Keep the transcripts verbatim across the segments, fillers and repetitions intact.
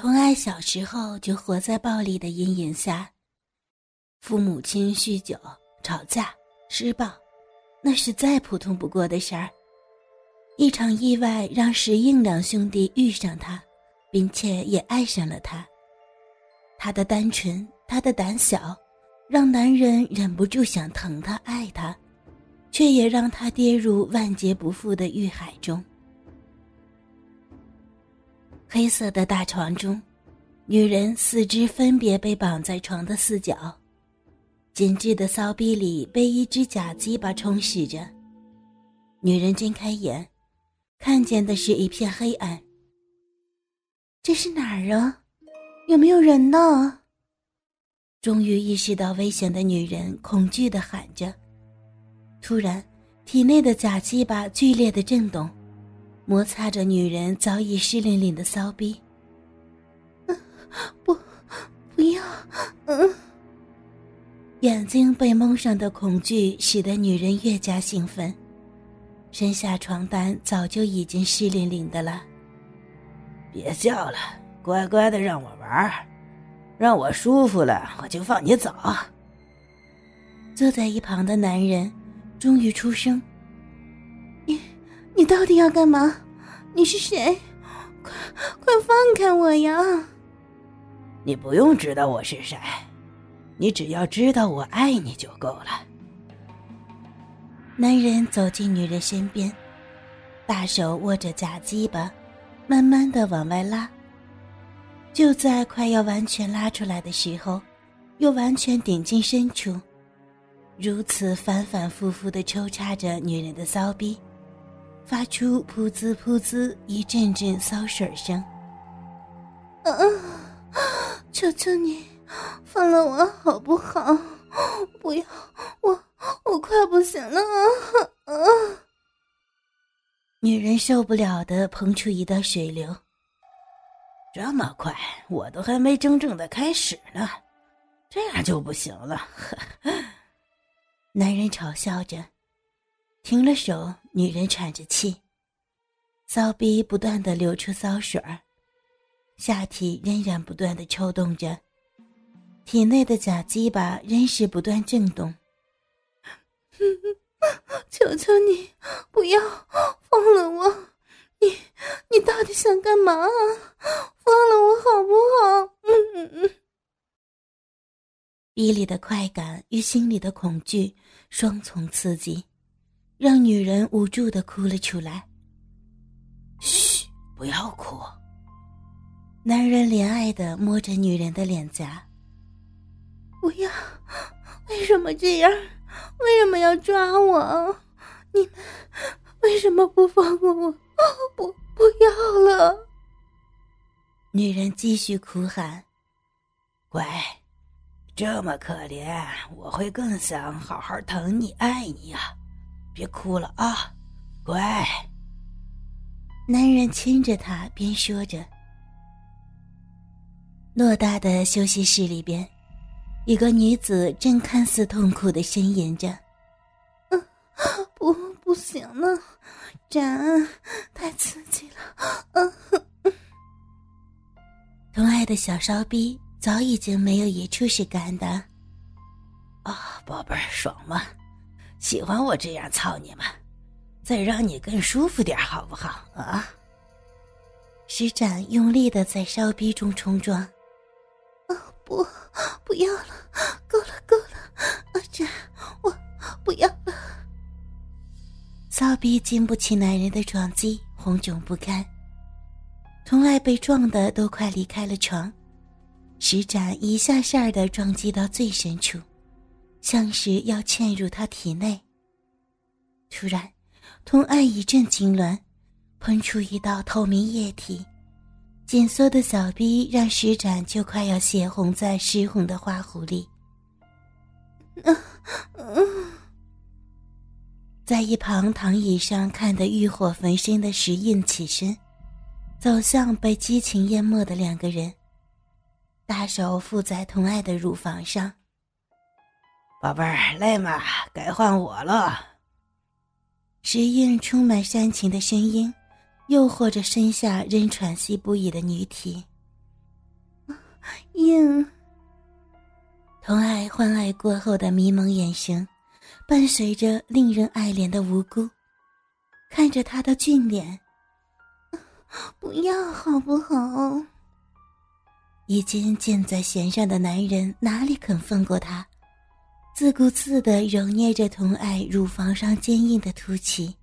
童爱小时候就活在暴力的阴影下，父母亲酗酒、吵架、施暴，那是再普通不过的事儿。一场意外让石英两兄弟遇上他，并且也爱上了他。他的单纯，他的胆小，让男人忍不住想疼他、爱他，却也让他跌入万劫不复的欲海中。黑色的大床中，女人四肢分别被绑在床的四角，紧致的骚逼里被一只假鸡巴充实着。女人睁开眼，看见的是一片黑暗。这是哪儿啊？有没有人呢？终于意识到危险的女人恐惧地喊着。突然，体内的假鸡巴剧烈地震动，摩擦着女人早已湿淋淋的骚逼。嗯，不，不要，嗯。眼睛被蒙上的恐惧使得女人越加兴奋，身下床单早就已经湿淋淋的了。 别叫了，乖乖的让我玩，让我舒服了我就放你走。 坐在一旁的男人终于出声：你你到底要干嘛？你是谁？快快放开我呀！ 你不用知道我是谁，你只要知道我爱你就够了。 男人走进女人身边，大手握着假鸡巴，慢慢地往外拉。就在快要完全拉出来的时候，又完全顶进深处，如此反反复复地抽插着女人的骚逼，发出噗滋噗滋一阵阵骚水声。嗯、啊，求求你放了我好不好？不要，我我快不行了啊！啊！女人受不了的喷出一道水流。 这么快，我都还没真正的开始呢，这样就不行了。 男人嘲笑着，停了手，女人喘着气，骚逼不断地流出骚水儿，下体仍然不断地抽动着，体内的假鸡巴仍是不断震动。求求你不要放了我，你你到底想干嘛啊？放了我好不好？嗯嗯嗯。逼里的快感与心里的恐惧双重刺激，让女人无助地哭了出来。 嘘，不要哭。 男人怜爱地摸着女人的脸颊。不要，为什么这样？为什么要抓我？你们为什么不放过我？不，不要了。女人继续哭喊。 乖，这么可怜，我会更想好好疼你爱你呀，别哭了啊，乖。 男人亲着她边说着。偌大的休息室里边，一个女子正看似痛苦地呻吟着。嗯，不，不行了，展，太刺激了。嗯，童爱的小骚逼早已经没有一处是干的。 啊、哦，宝贝儿，爽吗？喜欢我这样操你吗？再让你更舒服点好不好啊？ 石展用力地在骚逼中冲撞。哦，不，不要了，够了，够了，啊，这我不要了。骚逼经不起男人的撞击，红肿不堪。童爱被撞得都快离开了床，石展一下下地撞击到最深处，像是要嵌入他体内。突然，童爱一阵痉挛，喷出一道透明液体。紧缩的小臂让石展就快要血红在湿红的花壶里。嗯嗯，在一旁躺椅上看得欲火焚身的石印起身，走向被激情淹没的两个人，大手附在童爱的乳房上。 宝贝儿，累吗？该换我了。 石印充满煽情的声音诱惑着身下仍喘息不已的女体。 硬。童爱欢爱过后的迷蒙眼神，伴随着令人爱怜的无辜，看着他的俊脸，不要好不好？已经箭在弦上的男人哪里肯放过他，自顾自地揉捏着童爱乳房上坚硬的凸起。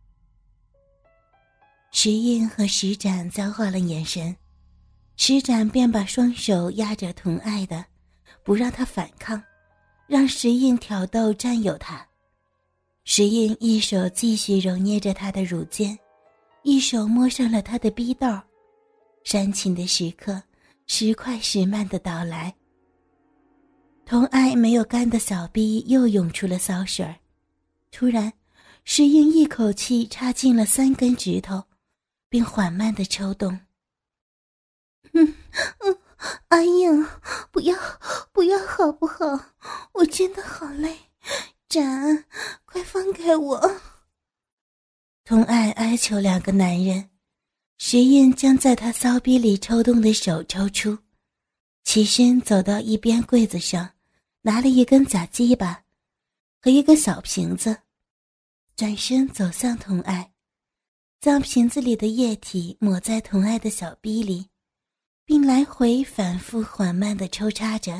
石印和石展交换了眼神，石展便把双手压着童爱的，不让他反抗，让石印挑逗占有他。石印一手继续揉捏着他的乳尖，一手摸上了他的逼豆，煽情的时刻时快时慢地到来。童爱没有干的小逼又涌出了骚水儿，突然石印一口气插进了三根指头，并缓慢地抽动。嗯嗯，阿英，不要不要好不好？我真的好累，展，快放开我！童爱哀求两个男人，石印将在他骚逼里抽动的手抽出，起身走到一边柜子上，拿了一根假鸡巴和一个小瓶子，转身走向童爱，将瓶子里的液体抹在童爱的小逼里，并来回反复缓慢地抽插着。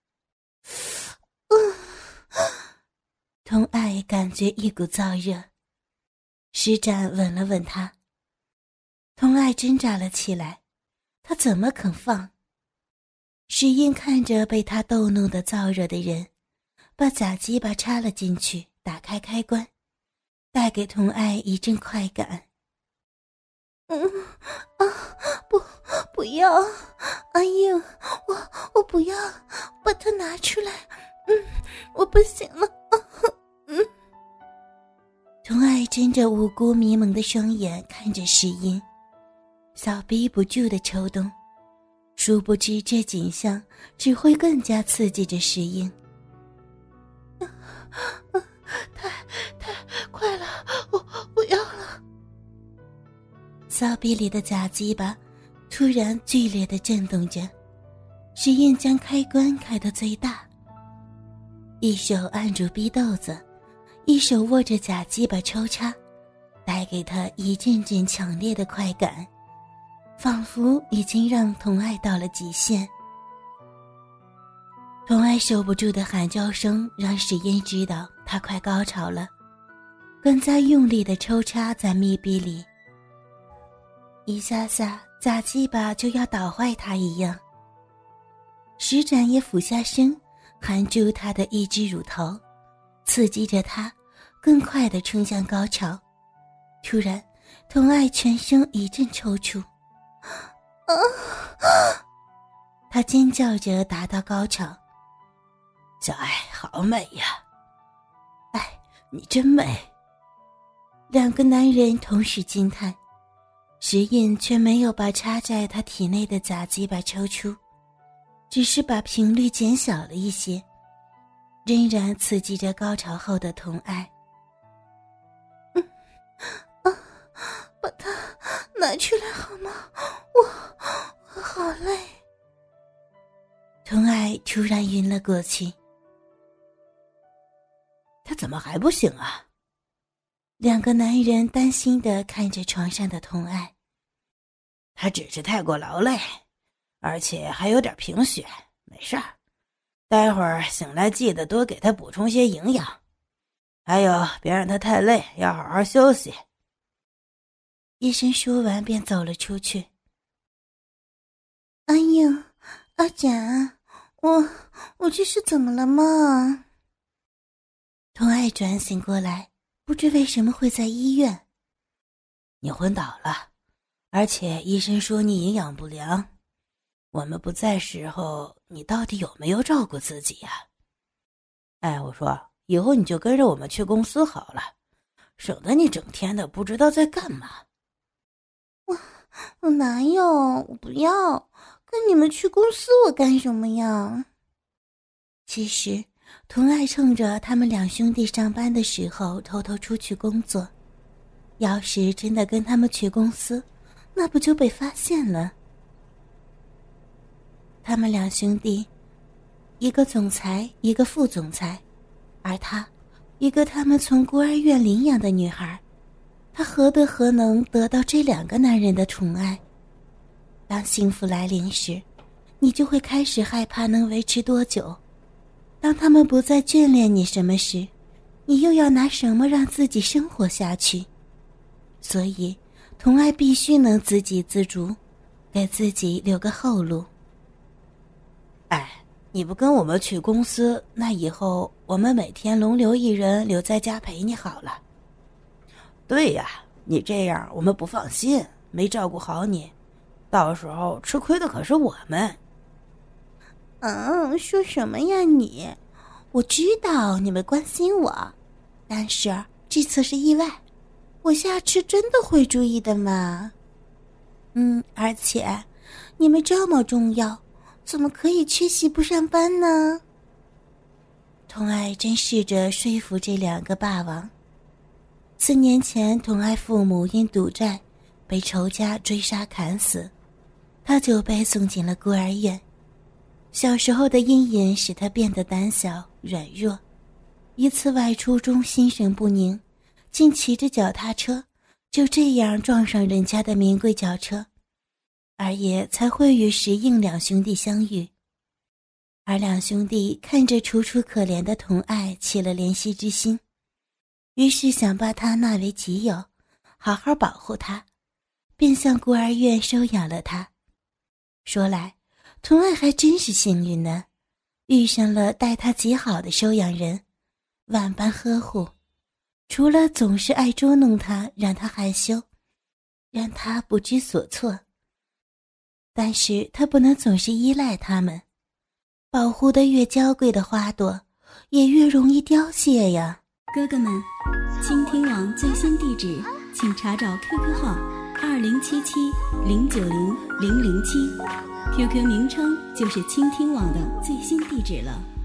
嗯，童爱感觉一股燥热，石展吻了吻他，童爱挣扎了起来，他怎么肯放？石印看着被他逗弄得燥热的人，把假鸡巴插了进去，打开开关，带给童爱一阵快感。嗯啊，不，不要，阿英，我我不要，把它拿出来，嗯，我不行了，啊，嗯。童爱睁着无辜迷蒙的双眼看着石英，小臂不住地抽动，殊不知这景象只会更加刺激着石英。啊啊，太太快了，我不要了。骚逼里的假鸡巴突然剧烈地震动着，石印将开关开得最大，一手按住逼豆子，一手握着假鸡巴抽插，带给他一阵阵强烈的快感，仿佛已经让童爱到了极限。童爱受不住的喊叫声让石印知道他快高潮了，更加用力的抽插在密闭里，一下下假鸡巴就要捣坏他一样。石展也俯下身含住他的一只乳头，刺激着他更快地冲向高潮。突然童爱全身一阵抽搐，啊！他尖叫着达到高潮。 小爱好美呀， 哎，你真美！两个男人同时惊叹，石印却没有把插在他体内的假鸡巴抽出，只是把频率减小了一些，仍然刺激着高潮后的童爱。嗯，啊，把它拿出来好吗？我我好累。童爱突然晕了过去。 他怎么还不醒啊？ 两个男人担心地看着床上的童爱。 他只是太过劳累，而且还有点贫血，没事儿，待会儿醒来记得多给他补充些营养，还有别让他太累，要好好休息。 医生说完便走了出去。阿英，阿展，我我这是怎么了嘛？童爱转醒过来，不知为什么会在医院。 你昏倒了，而且医生说你营养不良，我们不在时候你到底有没有照顾自己呀？哎，我说以后你就跟着我们去公司好了，省得你整天的不知道在干嘛。 我我哪有，我不要跟你们去公司，我干什么呀？其实童爱趁着他们两兄弟上班的时候偷偷出去工作，要是真的跟他们去公司，那不就被发现了。他他们两兄弟，一个总裁，一个副总裁，而他，一个他们从孤儿院领养的女孩，他何德何能得到这两个男人的宠爱？当幸福来临时，你就会开始害怕能维持多久。当他们不再眷恋你什么时，你又要拿什么让自己生活下去？所以童爱必须能自给自足，给自己留个后路。 哎，你不跟我们去公司，那以后我们每天轮流一人留在家陪你好了。对呀，你这样我们不放心，没照顾好你，到时候吃亏的可是我们。 嗯，说什么呀你？我知道你们关心我，但是这次是意外，我下次真的会注意的嘛。嗯，而且你们这么重要，怎么可以缺席不上班呢？童爱真试着说服这两个霸王。四年前，童爱父母因赌债被仇家追杀砍死，他就被送进了孤儿院。小时候的阴影使他变得胆小软弱，一次外出中心神不宁，竟骑着脚踏车就这样撞上人家的名贵轿车，而也才会与石英两兄弟相遇。而两兄弟看着楚楚可怜的童爱起了怜惜之心，于是想把他纳为己有，好好保护他，便向孤儿院收养了他。说来童爱还真是幸运呢，遇上了待他极好的收养人，万般呵护，除了总是爱捉弄他，让他害羞，让他不知所措，但是他不能总是依赖他们，保护得越娇贵的花朵也越容易凋谢呀。 哥哥们，倾听网最新地址请查找 Q Q 号二零七七零九零零零七， Q Q 名称就是倾听网的最新地址了。